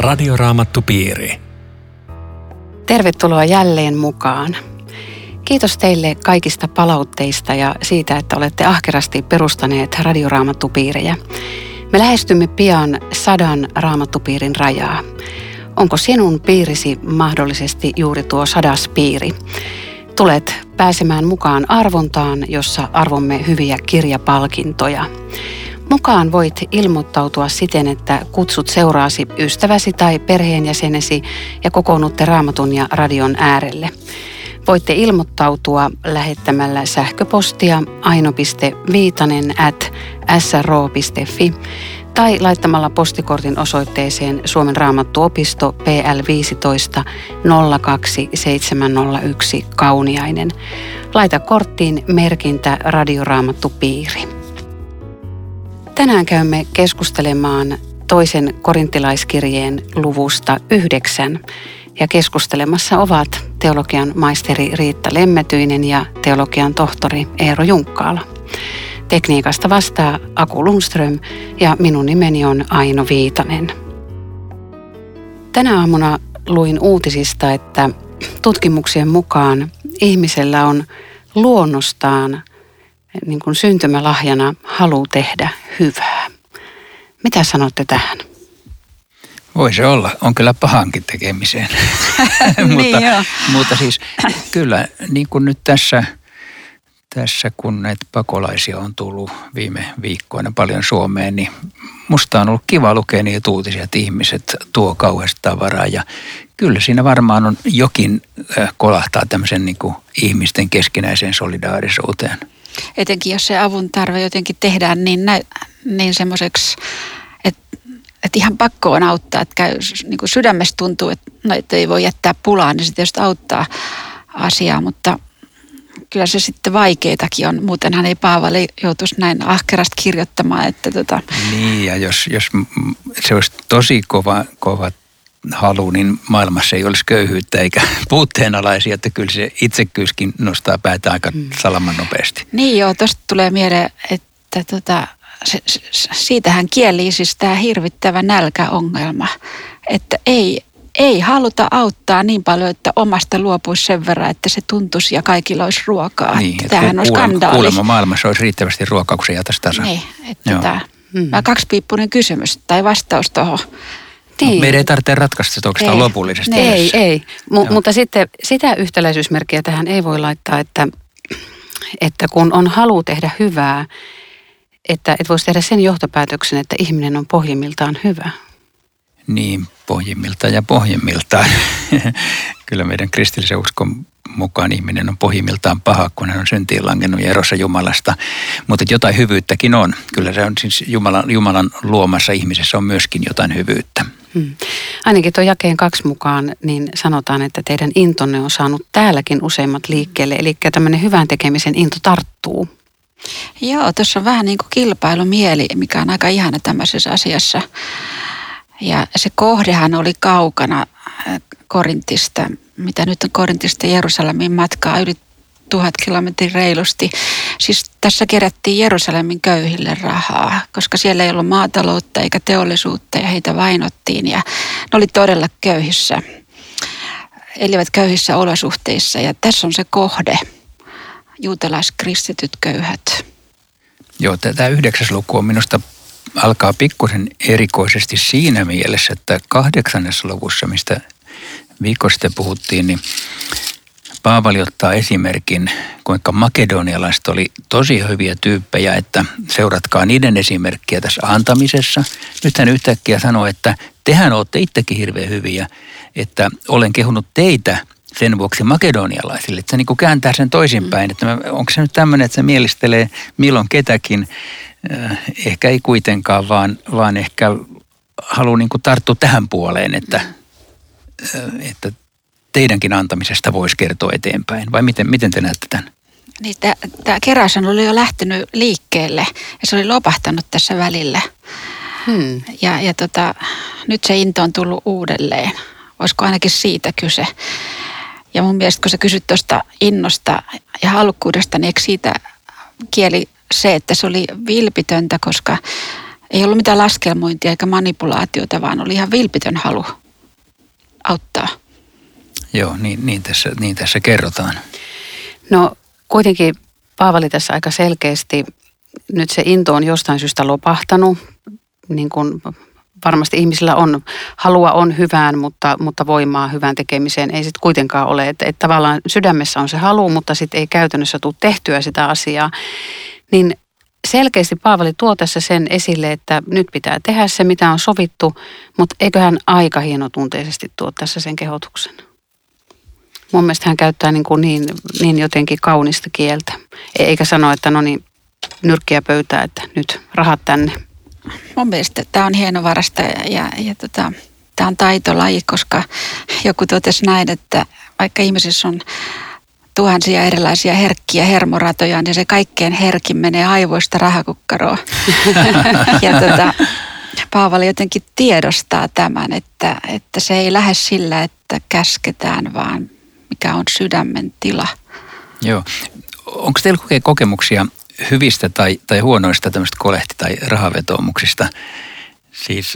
Radioraamattupiiri. Tervetuloa jälleen mukaan. Kiitos teille kaikista palautteista ja siitä, että olette ahkerasti perustaneet radioraamattupiirejä. Me lähestymme pian 100 raamattupiirin rajaa. Onko sinun piirisi mahdollisesti juuri tuo 100. piiri? Tulet pääsemään mukaan arvontaan, jossa arvomme hyviä kirjapalkintoja. Mukaan voit ilmoittautua siten, että kutsut seuraasi ystäväsi tai perheenjäsenesi ja kokoonnutte Raamatun ja radion äärelle. Voitte ilmoittautua lähettämällä sähköpostia aino.viitanen@sro.fi tai laittamalla postikortin osoitteeseen Suomen Raamattuopisto PL 15 02701 Kauniainen. Laita korttiin merkintä Radioraamattupiiri. Tänään käymme keskustelemaan toisen korintilaiskirjeen luvusta 9 ja keskustelemassa ovat teologian maisteri Riitta Lemmetyinen ja teologian tohtori Eero Junkkaala. Tekniikasta vastaa Aku Lundström ja minun nimeni on Aino Viitanen. Tänä aamuna luin uutisista, että tutkimuksien mukaan ihmisellä on luonnostaan niin kuin syntymälahjana halu tehdä hyvää. Mitä sanotte tähän? Voi se olla. On kyllä pahankin tekemiseen. mutta siis kyllä niin kuin nyt tässä kun näitä pakolaisia on tullut viime viikkoina paljon Suomeen, niin musta on ollut kiva lukea niitä uutisia, että ihmiset tuo kauheasti tavaraa. Ja kyllä siinä varmaan on jokin kolahtaa tämmöisen niin kuin ihmisten keskinäiseen solidaarisuuteen. Etenkin jos se avun tarve jotenkin tehdään niin semmoiseksi, että ihan pakko on auttaa, että niin kuin sydämessä tuntuu, että ei voi jättää pulaa, niin se tietysti auttaa asiaa, mutta kyllä se sitten vaikeitakin on. Muutenhan ei Paavali joutuisi näin ahkerasti kirjoittamaan. Että Niin, ja jos se olisi tosi kova halu, niin maailmassa ei olisi köyhyyttä eikä puutteenalaisia, että kyllä se itsekyyskin nostaa päätä aika salaman nopeasti. Niin joo, tuosta tulee mieleen, että siitähän kielii siis tämä hirvittävä nälkäongelma, että ei haluta auttaa niin paljon, että omasta luopuisi sen verran, että se tuntuisi ja kaikilla olisi ruokaa. Niin, tämähän on skandaali. Kuulemma maailmassa olisi riittävästi ruokaa, kun se jätäisi tasan. Niin, että tämä kaksipiippunen kysymys tai vastaus tuohon. Niin. Meidän ei tarvitse ratkaista sitä oikeastaan lopullisesti. Ei. Mutta sitten sitä yhtäläisyysmerkkiä tähän ei voi laittaa, että kun on halu tehdä hyvää, että et voisi tehdä sen johtopäätöksen, että ihminen on pohjimmiltaan hyvä. Niin, pohjimmiltaan. Kyllä meidän kristillisen uskon mukaan ihminen on pohjimmiltaan paha, kun hän on syntiin langennut ja erossa Jumalasta. Mutta jotain hyvyyttäkin on. Kyllä se on siis Jumalan luomassa ihmisessä on myöskin jotain hyvyyttä. Ainakin tuon jakeen 2 mukaan niin sanotaan, että teidän intonne on saanut täälläkin useimmat liikkeelle. Eli tämmöinen hyvän tekemisen into tarttuu. Joo, tuossa on vähän niin kuin kilpailumieli, mikä on aika ihana tämmöisessä asiassa. Ja se kohdehan oli kaukana Korintista, mitä nyt on Korintista Jerusalemin matkaa, yli 1000 kilometrin reilusti. Siis tässä kerättiin Jerusalemin köyhille rahaa, koska siellä ei ollut maataloutta eikä teollisuutta ja heitä vainottiin. Ja ne oli todella köyhissä, elivät köyhissä olosuhteissa ja tässä on se kohde, juutalaiskristityt köyhät. Joo, tämä 9. luku on minusta alkaa pikkusen erikoisesti siinä mielessä, että 8. luvussa, mistä viikko sitten puhuttiin, niin Paavali ottaa esimerkin, kuinka makedonialaiset oli tosi hyviä tyyppejä, että seuratkaa niiden esimerkkiä tässä antamisessa. Nyt hän yhtäkkiä sanoo, että tehän olette itsekin hirveän hyviä, että olen kehunut teitä sen vuoksi makedonialaisille. Että se niin kuin kääntää sen toisinpäin, että onko se nyt tämmöinen, että se mielistelee milloin ketäkin. Ehkä ei kuitenkaan, vaan ehkä haluaa niin kuin tarttua tähän puoleen, että teidänkin antamisesta voisi kertoa eteenpäin. Vai miten te näette tämän? Niin, tämä keräyshän oli jo lähtenyt liikkeelle ja se oli lopahtanut tässä välillä. Ja nyt se into on tullut uudelleen. Olisiko ainakin siitä kyse? Ja mun mielestä kun sä kysyt tuosta innosta ja halukkuudesta, niin eikö siitä kieli se, että se oli vilpitöntä, koska ei ollut mitään laskelmointia eikä manipulaatiota, vaan oli ihan vilpitön halu auttaa. Joo, niin tässä kerrotaan. No kuitenkin Paavali tässä aika selkeästi, nyt se into on jostain syystä lopahtanut, niin kuin varmasti ihmisillä on, halua on hyvään, mutta voimaa hyvään tekemiseen ei sitten kuitenkaan ole. Että tavallaan sydämessä on se halu, mutta sitten ei käytännössä tule tehtyä sitä asiaa. Niin selkeästi Paavali tuo tässä sen esille, että nyt pitää tehdä se, mitä on sovittu, mutta eiköhän aika hienotunteisesti tuo tässä sen kehotuksen. Mun mielestä hän käyttää niin jotenkin kaunista kieltä, eikä sano, että no niin, nyrkkiä pöytää, että nyt rahat tänne. Mun mielestä tämä on hienovarasta ja tämä on taitolaji, koska joku totesi näin, että vaikka ihmisissä on tuhansia erilaisia herkkiä hermoratoja, niin se kaikkein herkin menee aivoista rahakukkaroon. Ja Paavali jotenkin tiedostaa tämän, että se ei lähde sillä, että käsketään, vaan mikä on sydämen tila. Joo. Onko teillä kokemuksia hyvistä tai huonoista tämmöistä kolehti- tai rahavetoomuksista? Siis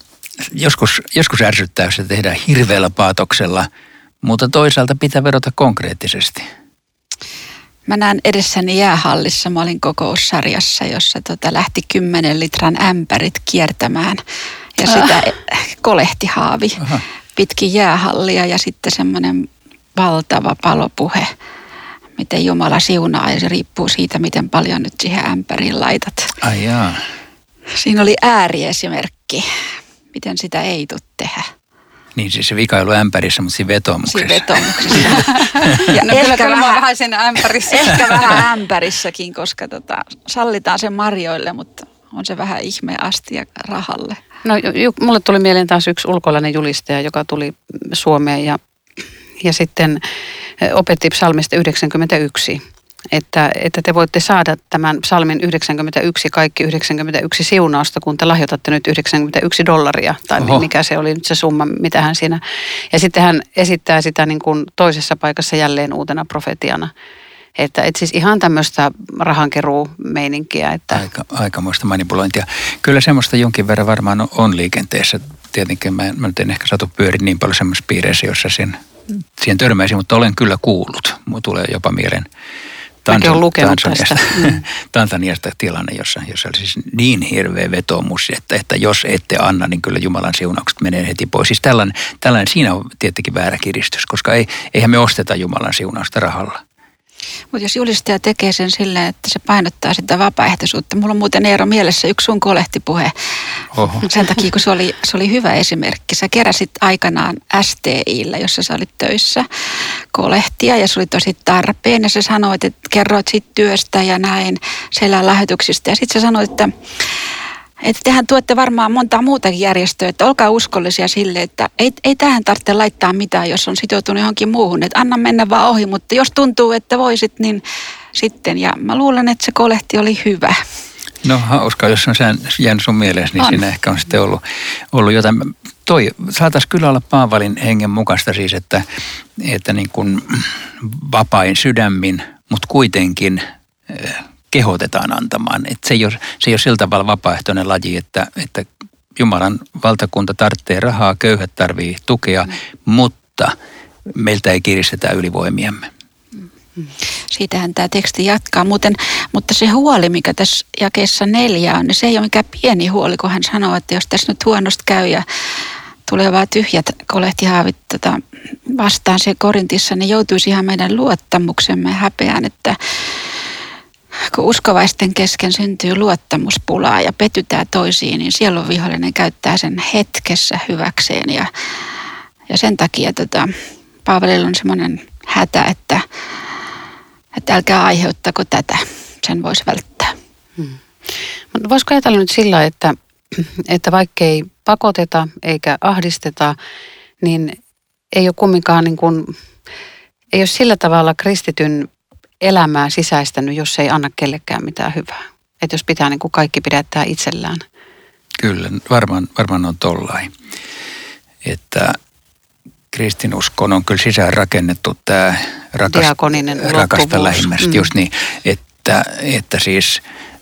joskus ärsyttää, jos se tehdään hirveällä paatoksella, mutta toisaalta pitää vedota konkreettisesti. Mä näen edessäni jäähallissa, mä olin kokoussarjassa, jossa lähti 10 litran ämpärit kiertämään ja sitä kolehtihaavi pitkin jäähallia ja sitten semmoinen valtava palopuhe. Miten Jumala siunaa ja se riippuu siitä, miten paljon nyt siihen ämpäriin laitat. Ai jaa. Siinä oli ääriesimerkki, miten sitä ei tule tehdä. Niin siis se vika ei ollut ämpärissä, mutta siinä vetoomuksessa. Siinä vetoomuksessa. Ja no kyllä vähän siinä ämpärissä. Ehkä vähän ämpärissäkin, koska sallitaan sen marjoille, mutta on se vähän ihme astia rahalle. No mulle tuli mieleen taas yksi ulkolainen julistaja, joka tuli Suomeen ja sitten opetti psalmista 91, että te voitte saada tämän psalmin 91, kaikki 91 siunausta, kun te lahjoitatte nyt $91, tai mikä se oli nyt se summa, mitä hän siinä. Ja sitten hän esittää sitä niin kuin toisessa paikassa jälleen uutena profetiana. Että siis ihan tämmöistä rahankeruu-meininkiä. Että Aikamoista manipulointia. Kyllä semmoista jonkin verran varmaan on liikenteessä. Tietenkin mä nyt en ehkä satu pyörin niin paljon semmoisessa piireissä, jossa siihen törmäisin, mutta olen kyllä kuullut. Mulla tulee jopa mieleen Tansaniasta tilanne, jossa oli siis niin hirveä vetoomus, että jos ette anna, niin kyllä Jumalan siunaukset menee heti pois. Siis tällainen siinä on tietenkin väärä kiristys, koska eihän me osteta Jumalan siunausta rahalla. Mutta jos julistaja tekee sen silleen, että se painottaa sitä vapaaehtoisuutta. Mulla on muuten Eero mielessä yksi sun kolehtipuhe. Oho. Sen takia, kun se oli hyvä esimerkki. Sä keräsit aikanaan STI:llä, jossa sä olit töissä, kolehtia ja se oli tosi tarpeen. Ja sä sanoit, että kerroit siitä työstä ja näin selän lähetyksistä. Ja sitten sä sanoit, että tehän tuotte varmaan montaa muutakin järjestöä, että olkaa uskollisia sille, että ei tähän tarvitse laittaa mitään, jos on sitoutunut johonkin muuhun. Että anna mennä vaan ohi, mutta jos tuntuu, että voisit, niin sitten. Ja mä luulen, että se kolehti oli hyvä. No hauska, jos on jäänyt sun mieleesi, niin siinä ehkä on sitten ollut jotain. Saataisiin kyllä olla Paavalin hengen mukaista siis, että niin kuin vapain sydämin, mutta kuitenkin kehotetaan antamaan. Että se ei ole sillä tavalla vapaaehtoinen laji, että Jumalan valtakunta tarvitsee rahaa, köyhät tarvii tukea, mutta meiltä ei kiristetä ylivoimiamme. Siitähän tämä teksti jatkaa. Mutta se huoli, mikä tässä jakeessa 4 on, niin se ei ole mikään pieni huoli, kun hän sanoo, että jos tässä nyt huonosti käy ja tulee vaan tyhjät kolehtihaavit vastaan siellä Korintissa, niin joutuisi ihan meidän luottamuksemme häpeään, että kun uskovaisten kesken syntyy luottamuspulaa ja petytään toisiin, niin sielun vihollinen käyttää sen hetkessä hyväkseen. Ja sen takia Paavalilla on semmoinen hätä, että älkää aiheuttako tätä. Sen voisi välttää. Mutta voisiko ajatella nyt sillä, että vaikka ei pakoteta eikä ahdisteta, niin ei ole kumminkaan ei ole sillä tavalla kristityn elämää sisäistänyt, jos ei anna kellekään mitään hyvää. Että jos pitää kaikki pidättää itsellään. Kyllä, varmaan on tollain. Että kristinuskon on kyllä sisään rakennettu tämä rakasta lähimmästä. Just niin, että siis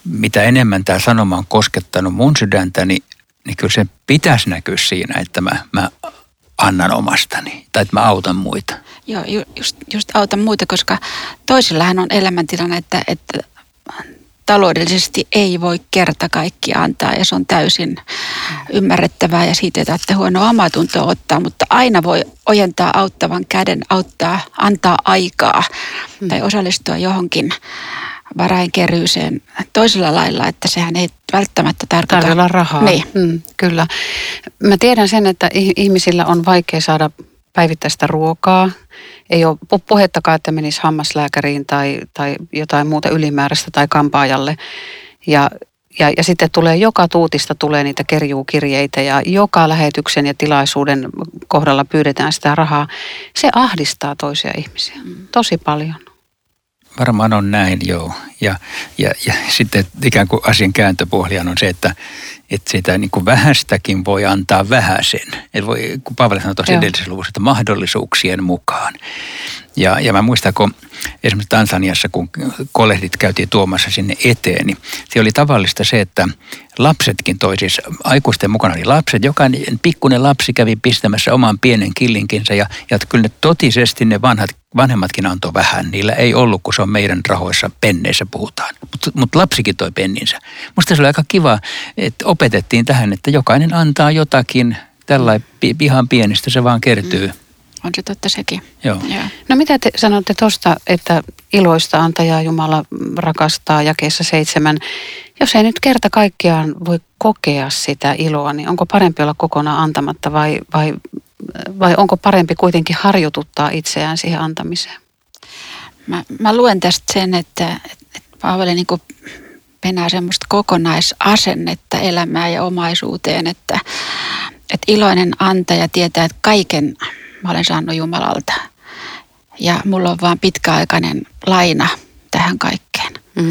mitä enemmän tämä sanoma on koskettanut mun sydäntä, niin kyllä se pitäisi näkyä siinä, että mä annan omastani tai että mä autan muita. Joo, just autan muita, koska toisillahan on elämäntilanne, että taloudellisesti ei voi kerta kaikkiaan antaa ja se on täysin ymmärrettävää ja siitä ei tarvitse huonoa omatuntoa ottaa, mutta aina voi ojentaa auttavan käden, antaa aikaa tai osallistua johonkin varainkeryyseen toisella lailla, että sehän ei välttämättä tarvitse rahaa. Niin. Kyllä. Mä tiedän sen, että ihmisillä on vaikea saada päivittäistä ruokaa. Ei ole puhettakaan, että menisi hammaslääkäriin tai jotain muuta ylimääräistä tai kampaajalle. Ja sitten joka tuutista tulee niitä kerjuukirjeitä ja joka lähetyksen ja tilaisuuden kohdalla pyydetään sitä rahaa. Se ahdistaa toisia ihmisiä tosi paljon. Varmaan on näin, joo. Ja sitten ikään kuin asian kääntöpuoliaan on se, että sitä niin kuin vähästäkin voi antaa vähäsen. Että voi, kun Paavali sanoi tuossa edellisessä luvussa, että mahdollisuuksien mukaan. Ja mä muistan, kun esimerkiksi Tansaniassa, kun kolehdit käytiin tuomassa sinne eteen, niin se oli tavallista se, että lapsetkin siis aikuisten mukana oli lapset. Jokainen pikkuinen lapsi kävi pistämässä oman pienen killinkinsä ja kyllä ne totisesti ne vanhemmatkin antoi vähän. Niillä ei ollut, kun se on meidän rahoissa, penneissä puhutaan. Mutta lapsikin toi penninsä. Musta se oli aika kiva, että opetettiin tähän, että jokainen antaa jotakin, tällainen ihan pienistä se vaan kertyy. On se totta sekin. Joo. No mitä te sanotte tuosta, että iloista antajaa Jumala rakastaa jakeessa 7. Jos ei nyt kerta kaikkiaan voi kokea sitä iloa, niin onko parempi olla kokonaan antamatta vai onko parempi kuitenkin harjoituttaa itseään siihen antamiseen? Mä luen tästä sen, että Paavali niin kuin penää semmoista kokonaisasennetta elämään ja omaisuuteen, että iloinen antaja tietää, että kaiken mä olen saanut Jumalalta. Ja mulla on vaan pitkäaikainen laina tähän kaikkeen.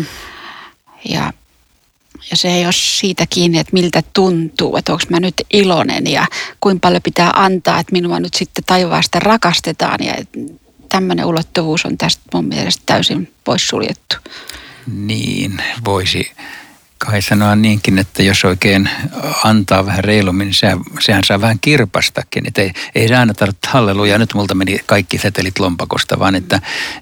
Ja se ei ole siitä kiinni, että miltä tuntuu, että onko mä nyt iloinen ja kuinka paljon pitää antaa, että minua nyt sitten taivaasta rakastetaan. Ja tämmöinen ulottuvuus on tästä mun mielestä täysin poissuljettu. Niin, voisi kai sanoa niinkin, että jos oikein antaa vähän reilummin, niin sehän saa vähän kirpastakin. Että ei se aina tarvitse halleluja, nyt multa meni kaikki setelit lompakosta, vaan että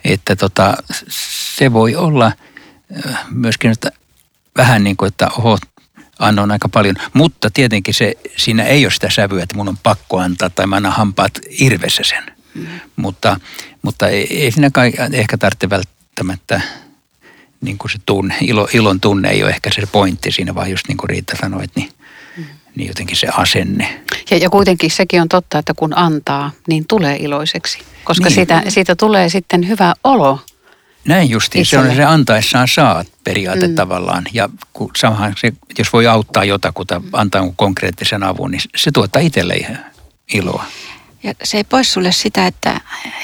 se voi olla myöskin, että vähän niin kuin, että annoin aika paljon. Mutta tietenkin siinä ei ole sitä sävyä, että mun on pakko antaa tai mä annan hampaat irvessä sen. Mutta ei siinä ehkä tarvitse välttämättä niin kuin se ilon tunne ei ole ehkä se pointti siinä, vaan just niin kuin Riitta sanoi, niin jotenkin se asenne. Ja kuitenkin sekin on totta, että kun antaa, niin tulee iloiseksi, koska niin. Siitä tulee sitten hyvä olo. Näin justiin, se on se antaessaan saat periaate tavallaan. Ja kun samahan se, jos voi auttaa jotakuta, antaa konkreettisen avun, niin se tuottaa itselle ihan iloa. Ja se ei pois sulle sitä, että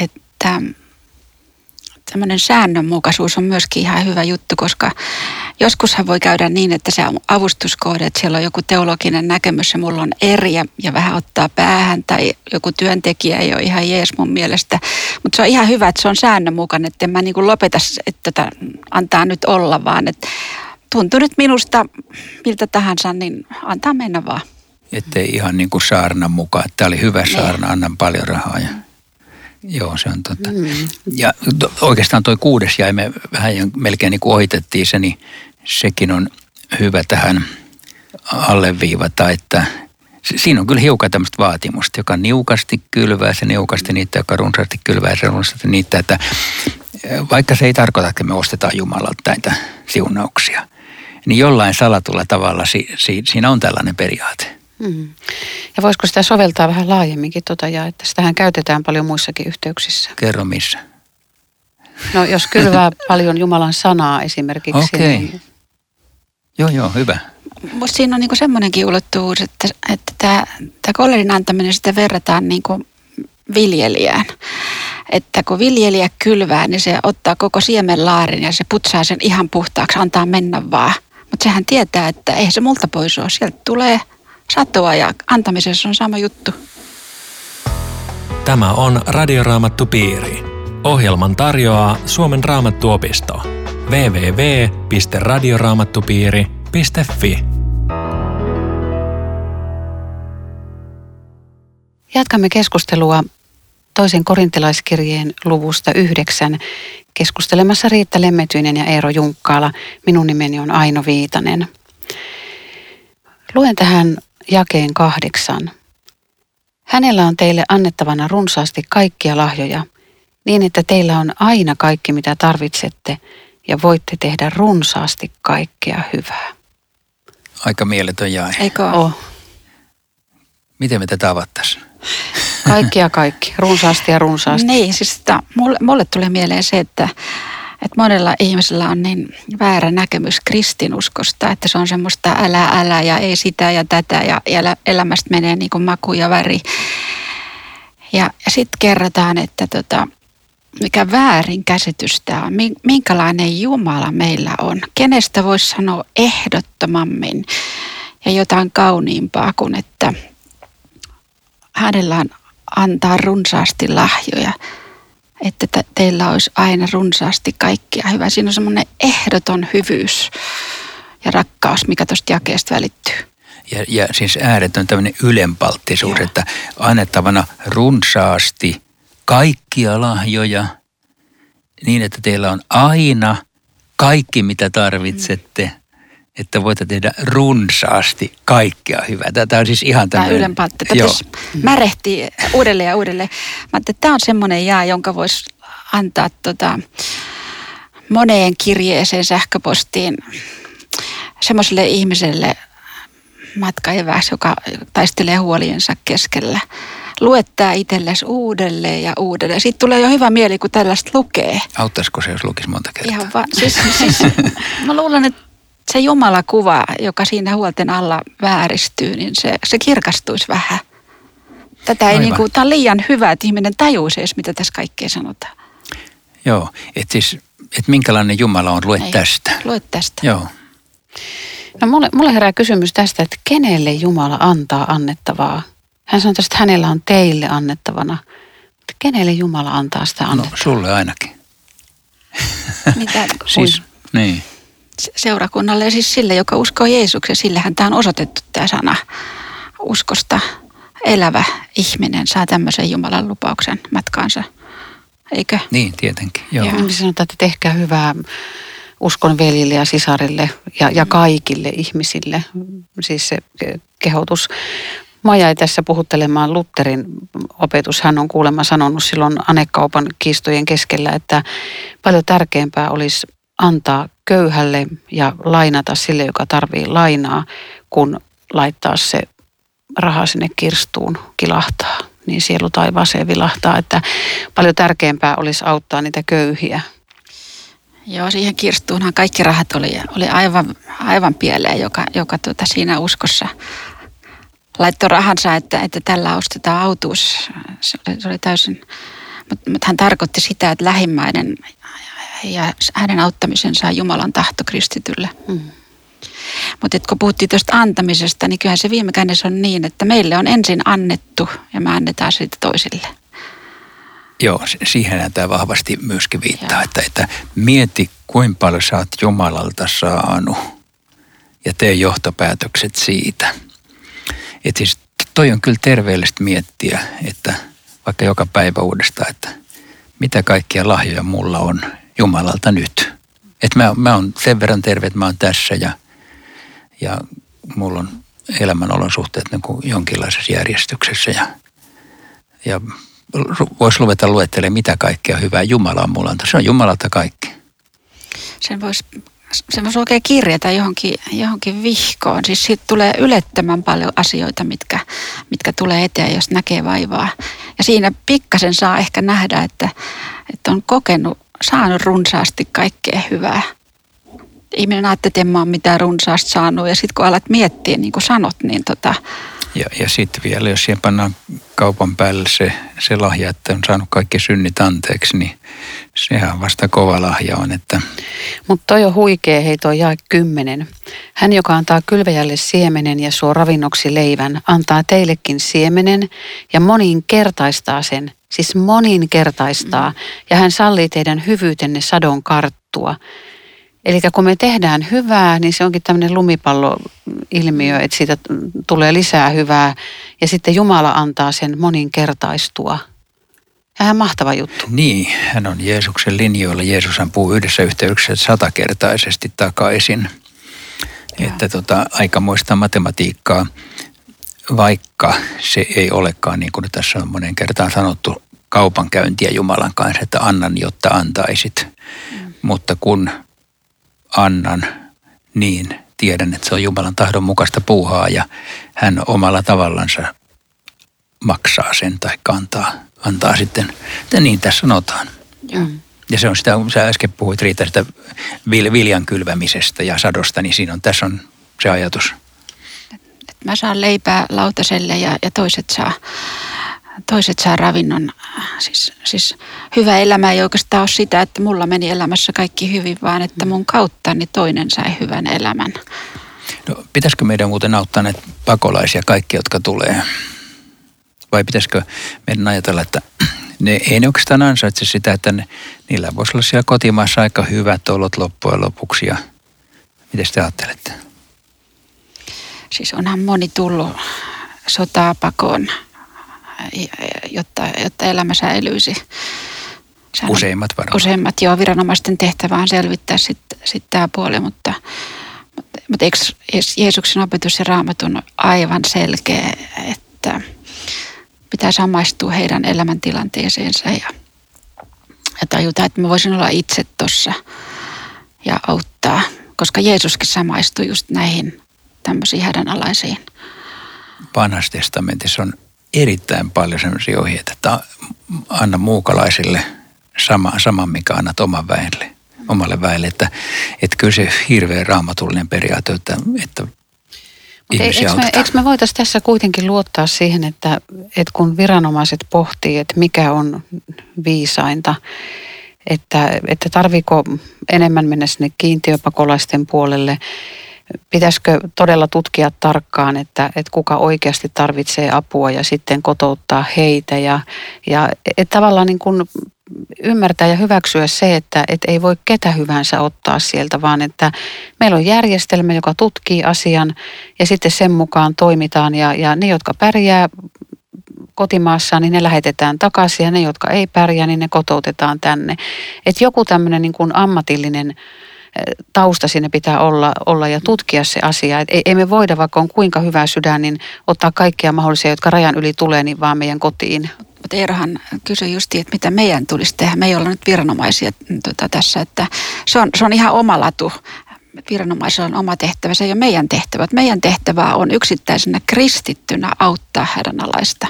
tämmöinen säännönmukaisuus on myöskin ihan hyvä juttu, koska joskushan voi käydä niin, että se avustuskohde, että siellä on joku teologinen näkemys ja mulla on eri ja vähän ottaa päähän tai joku työntekijä ei ole ihan jees mun mielestä. Mutta se on ihan hyvä, että se on säännönmukainen, että en mä niin kuin lopeta, että antaa nyt olla, vaan että tuntuu nyt minusta miltä tahansa, niin antaa mennä vaan. Ettei ihan niin kuin saarnan mukaan, että tämä oli hyvä saarna, annan paljon rahaa ja... Joo, se on totta. Ja oikeastaan toi 6 jäi, me vähän melkein niin kuin ohitettiin se, niin sekin on hyvä tähän alleviivata, että siinä on kyllä hiukan tämmöistä vaatimusta, joka niukasti kylvää, se niukasti niitä, joka runsaasti kylvää, se runsaasti niitä, että vaikka se ei tarkoita, että me ostetaan Jumalalta näitä siunauksia, niin jollain salatulla tavalla siinä on tällainen periaate. Ja voisiko sitä soveltaa vähän laajemminkin että sitähän käytetään paljon muissakin yhteyksissä. Kerro missä. No jos kylvää paljon Jumalan sanaa esimerkiksi. Okei. Niin... Joo, hyvä. Musta siinä on niinku semmoinenkin ulottuvuus, että tämä kollerin antaminen sitä verrataan niinku viljelijään. Että kun viljelijä kylvää, niin se ottaa koko siemenlaarin ja se putsaa sen ihan puhtaaksi, antaa mennä vaan. Mutta sehän tietää, että ei se multa pois ole. Sieltä tulee satoa ja antamisessa on sama juttu. Tämä on Radioraamattupiiri. Ohjelman tarjoaa Suomen Raamattuopisto. www.radioraamattupiiri.fi. Jatkamme keskustelua toisen korintilaiskirjeen luvusta 9. Keskustelemassa Riitta Lemmetyinen ja Eero Junkkaala. Minun nimeni on Aino Viitanen. Luen tähän jakeen 8. Hänellä on teille annettavana runsaasti kaikkia lahjoja, niin että teillä on aina kaikki mitä tarvitsette ja voitte tehdä runsaasti kaikkea hyvää. Aika mieletön jae. Eikö ole? Oh. Miten me tätä avattaisiin? Kaikki. Runsaasti ja runsaasti. Niin, siis mulle tulee mieleen se, että monella ihmisellä on niin väärä näkemys kristinuskosta, että se on semmoista älä ja ei sitä ja tätä ja elämästä menee niin kuin maku ja väri. Ja sitten kerrotaan, että mikä väärin käsitys tämä on, minkälainen Jumala meillä on. Kenestä voisi sanoa ehdottomammin ja jotain kauniimpaa kuin, että hänellä on antaa runsaasti lahjoja, että teillä olisi aina runsaasti kaikkea hyvää. Siinä on semmoinen ehdoton hyvyys ja rakkaus, mikä tuosta jakeesta välittyy. Ja siis ääretön tämmöinen ylenpalttisuus, että annettavana runsaasti kaikkia lahjoja niin, että teillä on aina kaikki, mitä tarvitsette, että voitte tehdä runsaasti kaikkea hyvää. Tämä on siis ihan tämmöinen... Tämä ylenpaltti. Tätä märehtii uudelleen ja uudelleen. Mä ajattelin, että tämä on semmoinen jää, jonka voisi antaa moneen kirjeeseen, sähköpostiin semmoiselle ihmiselle matkaeväksi, joka taistelee huoliensa keskellä. Lue tämä itsellesi uudelleen ja uudelleen. Siitä tulee jo hyvä mieli, kun tällaista lukee. Auttaisiko se, jos lukisi monta kertaa? Ihan siis mä luulen, että se Jumala-kuva, joka siinä huolten alla vääristyy, niin se kirkastuisi vähän. Tätä ei tämä on liian hyvä, että ihminen tajuisi edes, mitä tässä kaikkea sanotaan. Joo, että minkälainen Jumala on, lue tästä. Lue tästä. Joo. No mulle herää kysymys tästä, että kenelle Jumala antaa annettavaa? Hän sanoi, että hänellä on teille annettavana. Mutta kenelle Jumala antaa sitä annettavaa? No sulle ainakin. Mitä? Siis, niin. Seurakunnalle ja siis sille, joka uskoo Jeesuksen. Sillehän tämä on osoitettu tämä sana. Uskosta elävä ihminen saa tämmöisen Jumalan lupauksen matkaansa. Eikö? Niin, tietenkin. Joo. Me sanotaan, että tehkää hyvää uskon veljille ja sisarille ja kaikille ihmisille. Siis se kehotus. Maja ei tässä puhuttelemaan Lutherin opetus. Hän on kuulemma sanonut silloin anekaupan kiistojen keskellä, että paljon tärkeämpää olisi antaa köyhälle ja lainata sille, joka tarvii lainaa, kun laittaa se raha sinne kirstuun kilahtaa, niin sielu taivaaseen vilahtaa, että paljon tärkeämpää olisi auttaa niitä köyhiä. Joo, siihen kirstuunhan kaikki rahat oli aivan pieleen, joka siinä uskossa laittoi rahansa, että tällä ostetaan autuus. Se oli täysin, mutta hän tarkoitti sitä, että lähimmäinen ja hänen auttamisensa on Jumalan tahto kristitylle. Mutta kun puhuttiin tuosta antamisesta, niin kyllähän se viime kädessä on niin, että meille on ensin annettu ja me annetaan siitä toisille. Joo, siihenhän tämä vahvasti myöskin viittaa, että mieti kuinka paljon sä oot Jumalalta saanut ja tee johtopäätökset siitä. Että siis toi on kyllä terveellistä miettiä, että vaikka joka päivä uudestaan, että mitä kaikkia lahjoja mulla on Jumalalta nyt. Että mä oon sen verran terve, että mä oon tässä ja mulla on elämän olosuhteet niin kuin jonkinlaisessa järjestyksessä ja voisi ruveta luettelemaan, mitä kaikkea hyvää Jumala on mulla antaa. Se on Jumalalta kaikki. Sen voisi oikein kirjata johonkin vihkoon. Siis siitä tulee ylettömän paljon asioita, mitkä tulee eteen, jos näkee vaivaa. Ja siinä pikkasen saa ehkä nähdä, että on saanut runsaasti kaikkea hyvää. Ihminen ajattelee, että en mä ole mitään runsaasti saanut. Ja sitten kun alat miettiä, niin kuin sanot, niin Ja sitten vielä, jos siihen pannaan kaupan päälle se lahja, että on saanut kaikki synnit anteeksi, niin sehän vasta kova lahja on. Mutta toi on huikea, hei toi jae 10. Hän, joka antaa kylväjälle siemenen ja suo ravinnoksi leivän, antaa teillekin siemenen ja moninkertaistaa sen. Siis moninkertaistaa. Ja hän sallii teidän hyvyytenne sadon karttua. Eli kun me tehdään hyvää, niin se onkin tämmöinen lumipalloilmiö, että siitä tulee lisää hyvää ja sitten Jumala antaa sen moninkertaistua. Ihan mahtava juttu. Niin, hän on Jeesuksen linjoilla. Jeesushan puhuu yhdessä yhteydessä 100-kertaisesti takaisin. Ja. Että aikamoista matematiikkaa, vaikka se ei olekaan, niin kuin tässä on monen kertaan sanottu, kaupankäyntiä Jumalan kanssa, että annan, jotta antaisit. Mutta kun annan, niin tiedän, että se on Jumalan tahdon mukaista puuhaa ja hän omalla tavallansa maksaa sen tai antaa sitten. Ja niin tässä sanotaan. Ja se on sitä, sä äsken puhuit Riitta sitä viljan kylvämisestä ja sadosta, niin tässä on se ajatus. Mä saan leipää lautaselle ja toiset saa ravinnon. Siis hyvä elämä ei oikeastaan ole sitä, että mulla meni elämässä kaikki hyvin, vaan että mun kauttani toinen sai hyvän elämän. No, pitäisikö meidän muuten auttaa näitä pakolaisia kaikki, jotka tulee? Vai pitäisikö meidän ajatella, että ei ne oikeastaan ansaitse sitä, että niillä voisi olla siellä kotimaassa aika hyvät olot loppujen lopuksi. Ja miten te ajattelette? Siis onhan moni tullut sotaa pakoon, jotta elämä säilyisi. Useimmat varmaan. Useimmat, joo. Viranomaisten tehtävä on selvittää sitten tämä puoli, mutta eikö Jeesuksen opetus ja Raamattu on aivan selkeä, että pitää samaistua heidän elämäntilanteeseensa ja tajuta, että mä voisin olla itse tuossa ja auttaa, koska Jeesuskin samaistui just näihin tämmöisiin hädänalaisiin. Vanhassa testamentissa on erittäin paljon sellaisia ohjeita, että anna muukalaisille saman, mikä annat omalle väelle. Että kyllä se hirveän raamatullinen periaate, että ihmisiä autetaan. Eikö me voitaisiin tässä kuitenkin luottaa siihen, että kun viranomaiset pohtii, että mikä on viisainta, että tarviiko enemmän mennä sinne kiintiöpakolaisten puolelle, pitäisikö todella tutkia tarkkaan, että kuka oikeasti tarvitsee apua ja sitten kotouttaa heitä ja että tavallaan niin kuin ymmärtää ja hyväksyä se, että ei voi ketä hyvänsä ottaa sieltä, vaan että meillä on järjestelmä, joka tutkii asian ja sitten sen mukaan toimitaan ja ne, jotka pärjää kotimaassaan, niin ne lähetetään takaisin ja ne, jotka ei pärjää, niin ne kotoutetaan tänne. Että joku tämmöinen niin kuin ammatillinen tausta siinä pitää olla ja tutkia se asia. Et ei me voida, vaikka on kuinka hyvä sydän, niin ottaa kaikkia mahdollisia, jotka rajan yli tulee, niin vaan meidän kotiin. Mutta Eerahan kysyi justiin, että mitä meidän tulisi tehdä. Me ei olla nyt viranomaisia tässä, että se on ihan oma latu. Viranomaisilla on oma tehtävä, se ei ole meidän tehtävä. Meidän tehtävä on yksittäisenä kristittynä auttaa hädänalaista.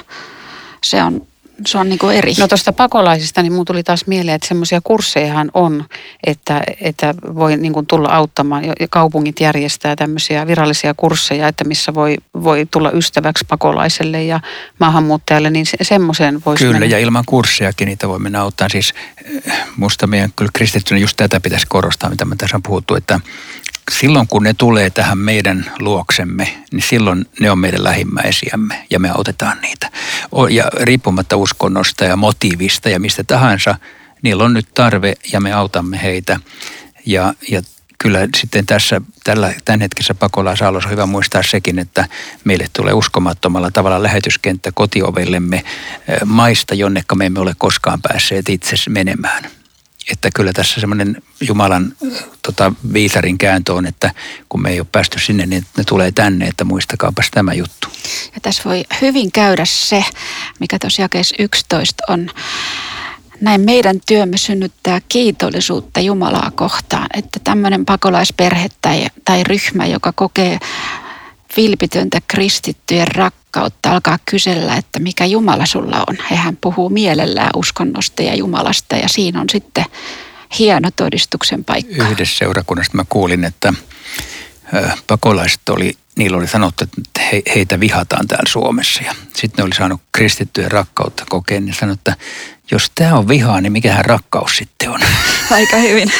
Se on niin kuin eri. No tuosta pakolaisista, niin mun tuli taas mieleen, että semmoisia kurssejahan on, että voi niin kuin tulla auttamaan. Ja kaupungit järjestää tämmöisiä virallisia kursseja, että missä voi tulla ystäväksi pakolaiselle ja maahanmuuttajalle, niin semmoiseen voisi Kyllä, mennä. Ja ilman kurssejakin niitä voi mennä auttaa. Siis musta meidän kyllä kristittynä just tätä pitäisi korostaa, mitä me tässä on puhuttu, että silloin kun ne tulee tähän meidän luoksemme, niin silloin ne on meidän lähimmäisiämme ja me autetaan niitä. Ja riippumatta uskonnosta ja motiivista ja mistä tahansa, niillä on nyt tarve ja me autamme heitä. Ja kyllä sitten tämän hetkessä pakolaisaallossa on hyvä muistaa sekin, että meille tulee uskomattomalla tavalla lähetyskenttä kotiovellemme maista, jonnekka me emme ole koskaan päässeet itse menemään. Että kyllä tässä semmoinen Jumalan viisarin kääntö on, että kun me ei ole päästy sinne, niin ne tulee tänne, että muistakaapas tämä juttu. Ja tässä voi hyvin käydä se, mikä tuossa jakeessa 11 on. Näin meidän työmme synnyttää kiitollisuutta Jumalaa kohtaan, että tämmöinen pakolaisperhe tai ryhmä, joka kokee vilpitöntä kristittyjen rakkautta, alkaa kysellä, että mikä Jumala sulla on. Hehän puhuu mielellään uskonnosta ja Jumalasta ja siinä on sitten hieno todistuksen paikka. Yhdessä seurakunnasta mä kuulin, että pakolaiset niillä oli sanottu, että heitä vihataan täällä Suomessa ja sitten ne oli saanut kristittyjen rakkautta kokeen, niin sanoi, että jos tämä on vihaa, niin mikähän rakkaus sitten on? Aika hyvin.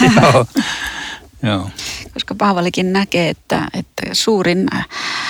Joo. Koska Paavalikin näkee, että suurin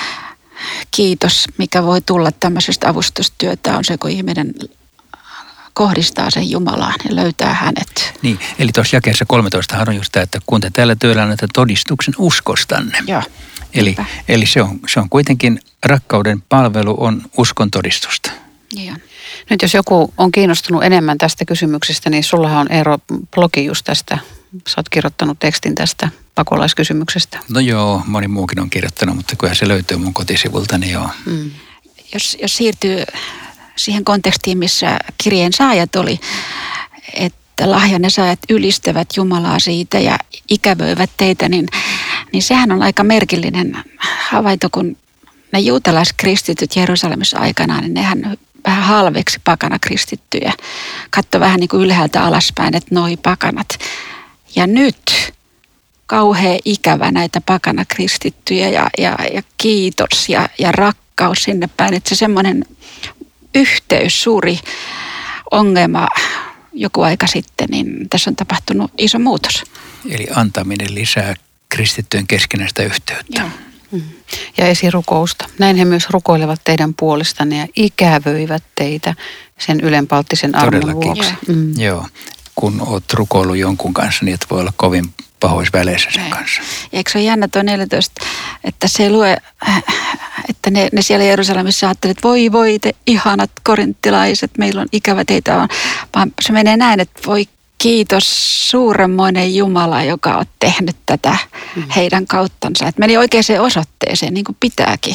kiitos, mikä voi tulla tämmöisestä avustustyötä, on se, kun ihminen kohdistaa sen Jumalaan ja löytää hänet. Niin, eli tuossa jakeessa 13 on just tämä, että kun te täällä työllä annatte todistuksen uskostanne. Joo. Eli se on kuitenkin, rakkauden palvelu on uskon todistusta. Niin on. Nyt jos joku on kiinnostunut enemmän tästä kysymyksestä, niin sullahan on Eero blogi just tästä. Sä oot kirjoittanut tekstin tästä pakolaiskysymyksestä. No joo, moni muukin on kirjoittanut, mutta kyllä se löytyy mun kotisivulta, niin joo. Jos siirtyy siihen kontekstiin, missä kirjeen saajat oli, että lahjanne saajat ylistävät Jumalaa siitä ja ikävöivät teitä, niin sehän on aika merkillinen havainto, kun ne juutalaiskristityt Jerusalemissa aikanaan, niin nehän vähän halveksi pakana kristittyjä. Katso vähän niin kuin ylhäältä alaspäin, että noi pakanat. Ja nyt kauhean ikävä näitä pakana kristittyjä ja kiitos ja rakkaus sinne päin. Että se semmoinen yhteys, suuri ongelma joku aika sitten, niin tässä on tapahtunut iso muutos. Eli antaminen lisää kristittyjen keskinäistä yhteyttä. Joo. Ja esirukousta. Näin he myös rukoilevat teidän puolestanne ja ikävöivät teitä sen ylenpalttisen armon vuoksi. Joo, kun oot rukoillut jonkun kanssa, niin et voi olla kovin pahoissa väleissä sen kanssa. Ja eikö se ole jännä tuo 14, että se lue, että ne siellä Jerusalemissa ajattelevat, että voi te ihanat korinttilaiset, meillä on ikävä teitä, vaan se menee näin, että voi kiitos suuremmoinen Jumala, joka on tehnyt tätä heidän kauttansa. Että meni oikeaan osoitteeseen, niin kuin pitääkin.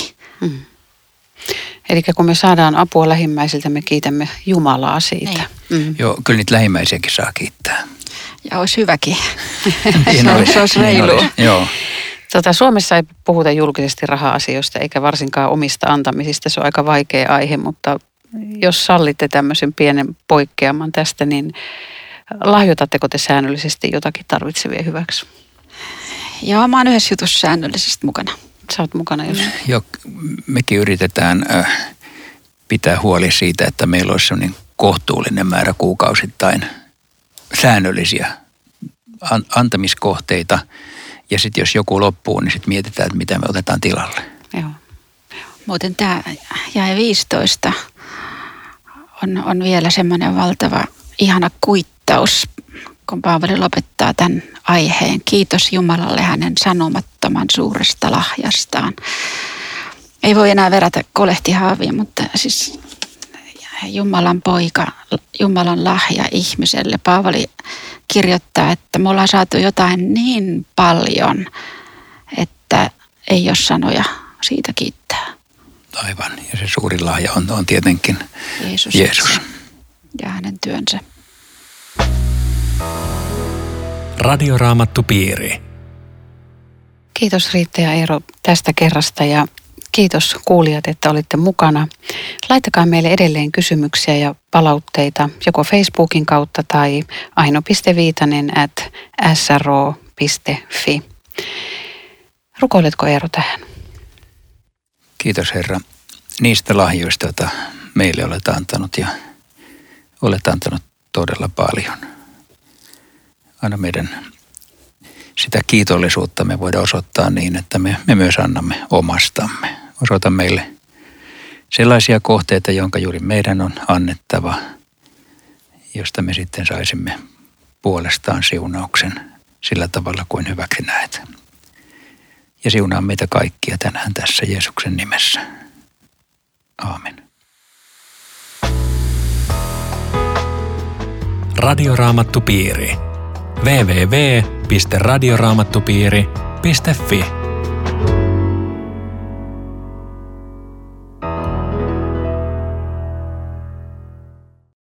Eli kun me saadaan apua lähimmäisiltä, me kiitämme Jumalaa siitä. Joo, kyllä niitä lähimmäisiäkin saa kiittää. Ja olisi hyväkin. Se olisi reilua. Joo. Suomessa ei puhuta julkisesti raha-asioista eikä varsinkaan omista antamisista. Se on aika vaikea aihe, mutta jos sallitte tämmöisen pienen poikkeaman tästä, niin lahjoitatteko te säännöllisesti jotakin tarvitsevia hyväksi? Joo, mä oon yhdessä jutussa säännöllisesti mukana. Sä oot mukana, jos... Joo, mekin yritetään pitää huoli siitä, että meillä olisi sellainen kohtuullinen määrä kuukausittain säännöllisiä antamiskohteita. Ja sitten jos joku loppuu, niin sitten mietitään, että mitä me otetaan tilalle. Joo. Muuten tämä jae 15 on vielä semmoinen valtava ihana kuittaus, kun Paavali lopettaa tämän aiheen. Kiitos Jumalalle hänen sanomattoman suuresta lahjastaan. Ei voi enää verrata kolehtihaaviin, mutta siis Jumalan poika, Jumalan lahja ihmiselle. Paavali kirjoittaa, että me ollaan saatu jotain niin paljon, että ei ole sanoja siitä kiittää. Aivan. Ja se suurin lahja on tietenkin Jeesus. Ja hänen työnsä. Radioraamattupiiri. Kiitos Riitta ja Eero tästä kerrasta ja kiitos kuulijat, että olitte mukana. Laittakaa meille edelleen kysymyksiä ja palautteita joko Facebookin kautta tai aino.viitanen@sro.fi. Rukoiletko Eero tähän? Kiitos Herra niistä lahjoista, joita meille olet antanut ja olet antanut todella paljon. Anna meidän sitä kiitollisuutta me voidaan osoittaa niin, että me myös annamme omastamme. Osoita meille sellaisia kohteita, jonka juuri meidän on annettava, josta me sitten saisimme puolestaan siunauksen sillä tavalla kuin hyväksi näet. Ja siunaa meitä kaikkia tänään tässä Jeesuksen nimessä. Aamen. Radioraamattupiiri. www.radioraamattupiiri.fi